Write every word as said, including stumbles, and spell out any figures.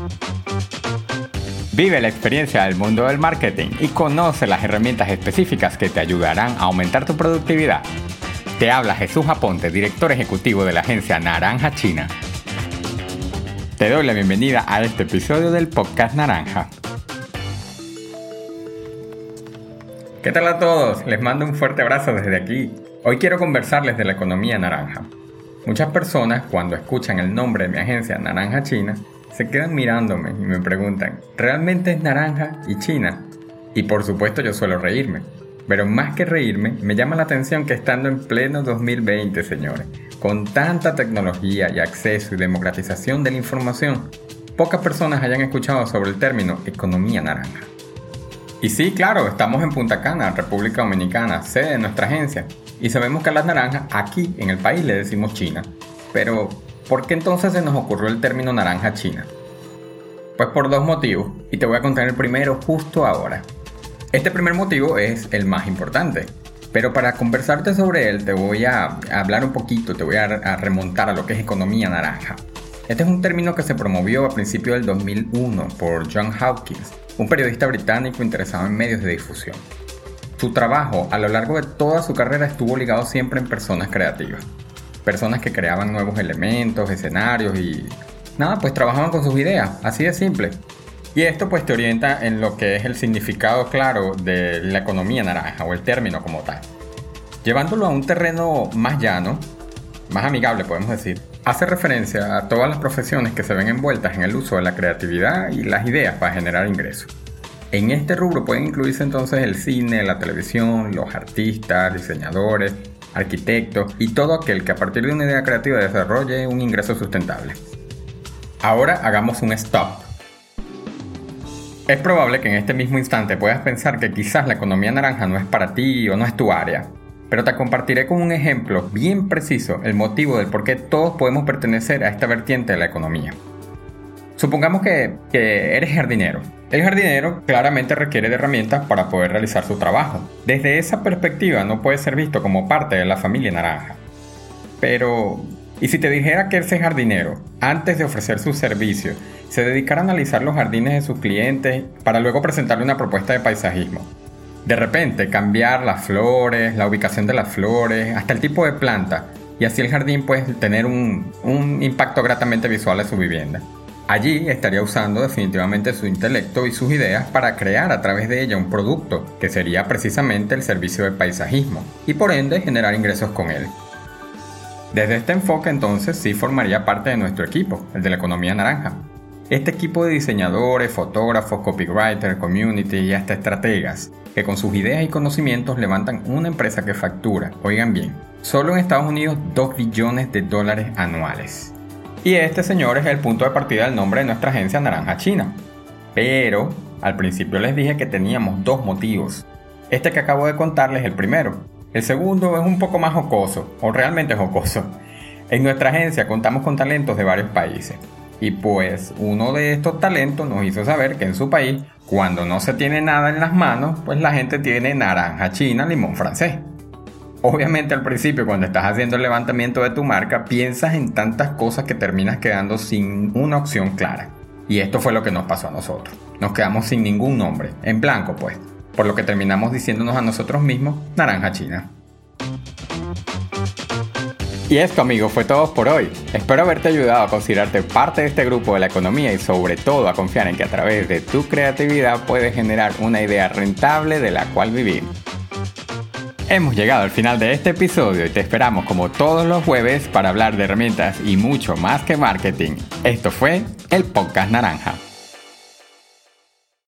Vive la experiencia del mundo del marketing y conoce las herramientas específicas que te ayudarán a aumentar tu productividad. Te habla Jesús Aponte, director ejecutivo de la agencia Naranja China. Te doy la bienvenida a este episodio del Podcast Naranja. ¿Qué tal a todos? Les mando un fuerte abrazo desde aquí. Hoy quiero conversarles de la economía naranja. Muchas personas, cuando escuchan el nombre de mi agencia Naranja China, se quedan mirándome y me preguntan, ¿realmente es naranja y China? Y por supuesto yo suelo reírme. Pero más que reírme, me llama la atención que estando en pleno dos mil veinte, señores, con tanta tecnología y acceso y democratización de la información, pocas personas hayan escuchado sobre el término economía naranja. Y sí, claro, estamos en Punta Cana, República Dominicana, sede de nuestra agencia, y sabemos que a las naranjas aquí en el país le decimos China. Pero, ¿por qué entonces se nos ocurrió el término naranja China? Pues por dos motivos, y te voy a contar el primero justo ahora. Este primer motivo es el más importante, pero para conversarte sobre él te voy a hablar un poquito, te voy a remontar a lo que es economía naranja. Este es un término que se promovió a principios del dos mil uno por John Hawkins, un periodista británico interesado en medios de difusión. Su trabajo a lo largo de toda su carrera estuvo ligado siempre en personas creativas. Personas que creaban nuevos elementos, escenarios y nada, pues trabajaban con sus ideas, así de simple. Y esto pues te orienta en lo que es el significado claro de la economía naranja o el término como tal. Llevándolo a un terreno más llano, más amigable podemos decir, hace referencia a todas las profesiones que se ven envueltas en el uso de la creatividad y las ideas para generar ingresos. En este rubro pueden incluirse entonces el cine, la televisión, los artistas, diseñadores, arquitectos y todo aquel que a partir de una idea creativa desarrolle un ingreso sustentable. Ahora hagamos un stop. Es probable que en este mismo instante puedas pensar que quizás la economía naranja no es para ti o no es tu área, pero te compartiré con un ejemplo bien preciso el motivo del por qué todos podemos pertenecer a esta vertiente de la economía. Supongamos que, que eres jardinero. El jardinero claramente requiere de herramientas para poder realizar su trabajo. Desde esa perspectiva no puede ser visto como parte de la familia naranja. Pero, ¿y si te dijera que ese jardinero, antes de ofrecer sus servicios, se dedicara a analizar los jardines de sus clientes para luego presentarle una propuesta de paisajismo? De repente cambiar las flores, la ubicación de las flores, hasta el tipo de planta, y así el jardín puede tener un, un impacto gratamente visual de su vivienda. Allí estaría usando definitivamente su intelecto y sus ideas para crear a través de ella un producto, que sería precisamente el servicio de paisajismo, y por ende generar ingresos con él. Desde este enfoque entonces sí formaría parte de nuestro equipo, el de la economía naranja. Este equipo de diseñadores, fotógrafos, copywriters, community y hasta estrategas, que con sus ideas y conocimientos levantan una empresa que factura, oigan bien, solo en Estados Unidos dos billones de dólares anuales. Y este, señor, es el punto de partida del nombre de nuestra agencia Naranja China. Pero, al principio les dije que teníamos dos motivos. Este que acabo de contarles es el primero. El segundo es un poco más jocoso, o realmente jocoso. En nuestra agencia contamos con talentos de varios países. Y pues, uno de estos talentos nos hizo saber que en su país, cuando no se tiene nada en las manos, pues la gente tiene naranja china, limón francés. Obviamente al principio cuando estás haciendo el levantamiento de tu marca piensas en tantas cosas que terminas quedando sin una opción clara. Y esto fue lo que nos pasó a nosotros. Nos quedamos sin ningún nombre, en blanco pues, por lo que terminamos diciéndonos a nosotros mismos Naranja China. Y esto, amigos, fue todo por hoy. Espero haberte ayudado a considerarte parte de este grupo de la economía y sobre todo a confiar en que a través de tu creatividad puedes generar una idea rentable de la cual vivir. Hemos llegado al final de este episodio y te esperamos como todos los jueves para hablar de herramientas y mucho más que marketing. Esto fue el Podcast Naranja.